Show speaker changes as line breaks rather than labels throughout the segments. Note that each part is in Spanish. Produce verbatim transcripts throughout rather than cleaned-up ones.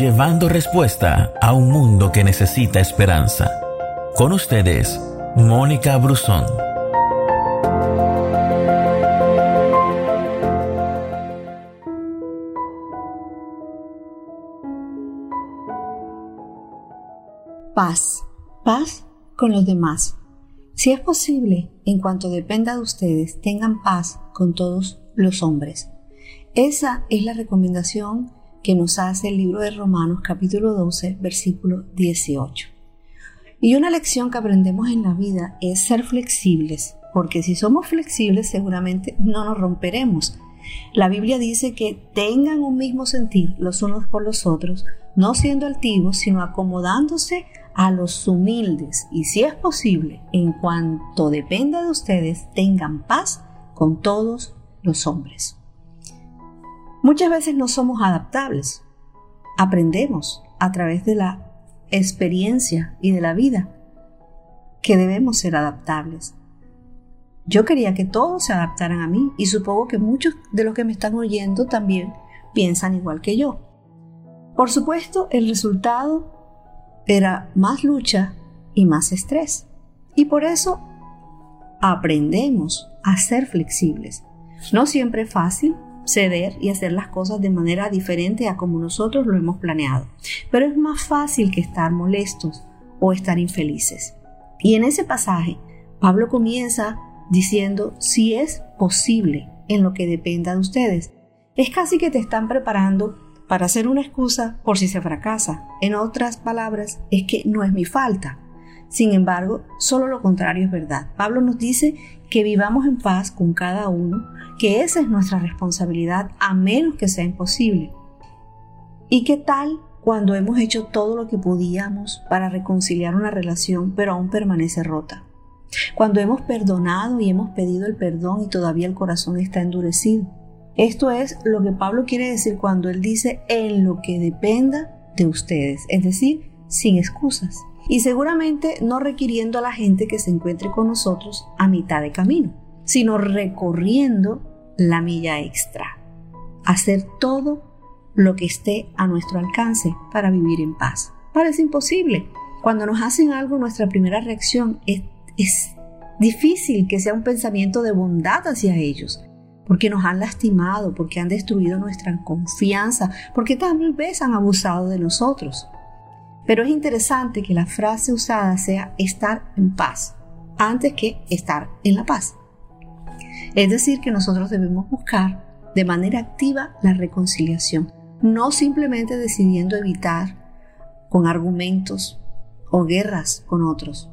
llevando respuesta a un mundo que necesita esperanza. Con ustedes, Mónica Brusón.
Paz, paz con los demás. Si es posible, en cuanto dependa de ustedes, tengan paz con todos los hombres. Esa es la recomendación que nos hace el libro de Romanos capítulo doce, versículo dieciocho. Y una lección que aprendemos en la vida es ser flexibles, porque si somos flexibles seguramente no nos romperemos. La Biblia dice que tengan un mismo sentir los unos por los otros, no siendo altivos, sino acomodándose a los humildes. Y si es posible, en cuanto dependa de ustedes, tengan paz con todos los hombres. Muchas veces no somos adaptables. Aprendemos a través de la experiencia y de la vida que debemos ser adaptables. Yo quería que todos se adaptaran a mí y supongo que muchos de los que me están oyendo también piensan igual que yo. Por supuesto, el resultado era más lucha y más estrés. Y por eso aprendemos a ser flexibles. No siempre es fácil ceder y hacer las cosas de manera diferente a como nosotros lo hemos planeado. Pero es más fácil que estar molestos o estar infelices. Y en ese pasaje, Pablo comienza diciendo, si es posible en lo que dependa de ustedes. Es casi que te están preparando para hacer una excusa por si se fracasa. En otras palabras, es que no es mi falta. Sin embargo, solo lo contrario es verdad. Pablo nos dice que vivamos en paz con cada uno, que esa es nuestra responsabilidad a menos que sea imposible. ¿Y qué tal cuando hemos hecho todo lo que podíamos para reconciliar una relación, pero aún permanece rota? Cuando hemos perdonado y hemos pedido el perdón y todavía el corazón está endurecido. Esto es lo que Pablo quiere decir cuando él dice en lo que dependa de ustedes, es decir, sin excusas. Y seguramente no requiriendo a la gente que se encuentre con nosotros a mitad de camino, sino recorriendo la milla extra. Hacer todo lo que esté a nuestro alcance para vivir en paz. Parece imposible. Cuando nos hacen algo, nuestra primera reacción es, es difícil que sea un pensamiento de bondad hacia ellos, porque nos han lastimado, porque han destruido nuestra confianza, porque tal vez han abusado de nosotros. Pero es interesante que la frase usada sea estar en paz, antes que estar en la paz. Es decir, que nosotros debemos buscar de manera activa la reconciliación, no simplemente decidiendo evitar con argumentos o guerras con otros.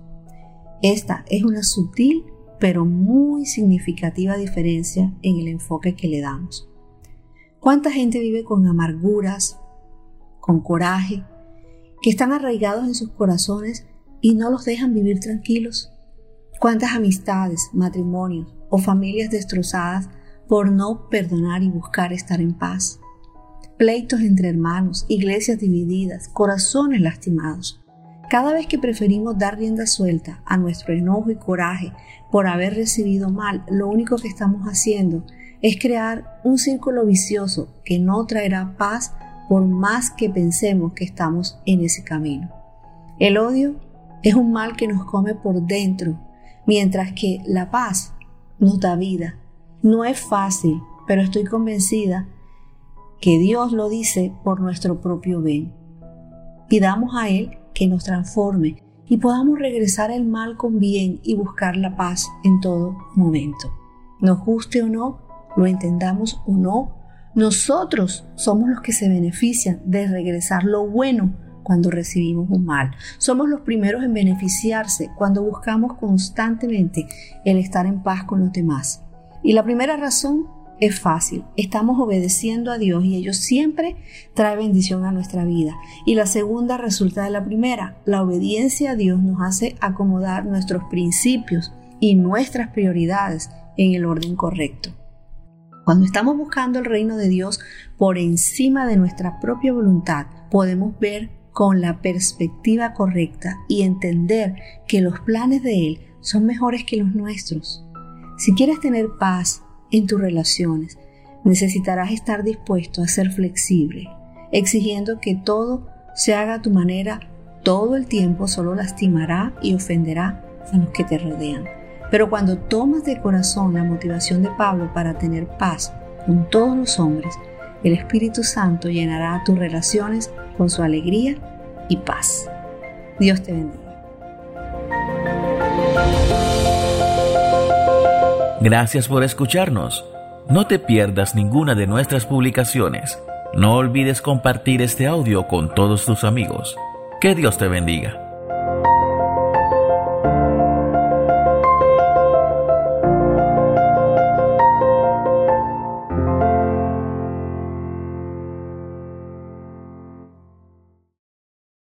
Esta es una sutil pero muy significativa diferencia en el enfoque que le damos. ¿Cuánta gente vive con amarguras, con coraje, que están arraigados en sus corazones y no los dejan vivir tranquilos? ¿Cuántas amistades, matrimonios o familias destrozadas por no perdonar y buscar estar en paz? Pleitos entre hermanos, iglesias divididas, corazones lastimados. Cada vez que preferimos dar rienda suelta a nuestro enojo y coraje por haber recibido mal, lo único que estamos haciendo es crear un círculo vicioso que no traerá paz por más que pensemos que estamos en ese camino. El odio es un mal que nos come por dentro, mientras que la paz nos da vida. No es fácil, pero estoy convencida que Dios lo dice por nuestro propio bien. Pidamos a Él que nos transforme y podamos regresar el mal con bien y buscar la paz en todo momento. Nos guste o no, lo entendamos o no, nosotros somos los que se benefician de regresar lo bueno cuando recibimos un mal. Somos los primeros en beneficiarse cuando buscamos constantemente el estar en paz con los demás. Y la primera razón es fácil. Estamos obedeciendo a Dios y ello siempre trae bendición a nuestra vida. Y la segunda resulta de la primera. La obediencia a Dios nos hace acomodar nuestros principios y nuestras prioridades en el orden correcto. Cuando estamos buscando el reino de Dios por encima de nuestra propia voluntad, podemos ver con la perspectiva correcta y entender que los planes de Él son mejores que los nuestros. Si quieres tener paz en tus relaciones, necesitarás estar dispuesto a ser flexible. exigiendo que todo se haga a tu manera todo el tiempo, solo lastimará y ofenderá a los que te rodean. Pero cuando tomas de corazón la motivación de Pablo para tener paz con todos los hombres, el Espíritu Santo llenará tus relaciones con su alegría y paz. Dios te bendiga.
Gracias por escucharnos. No te pierdas ninguna de nuestras publicaciones. No olvides compartir este audio con todos tus amigos. Que Dios te bendiga.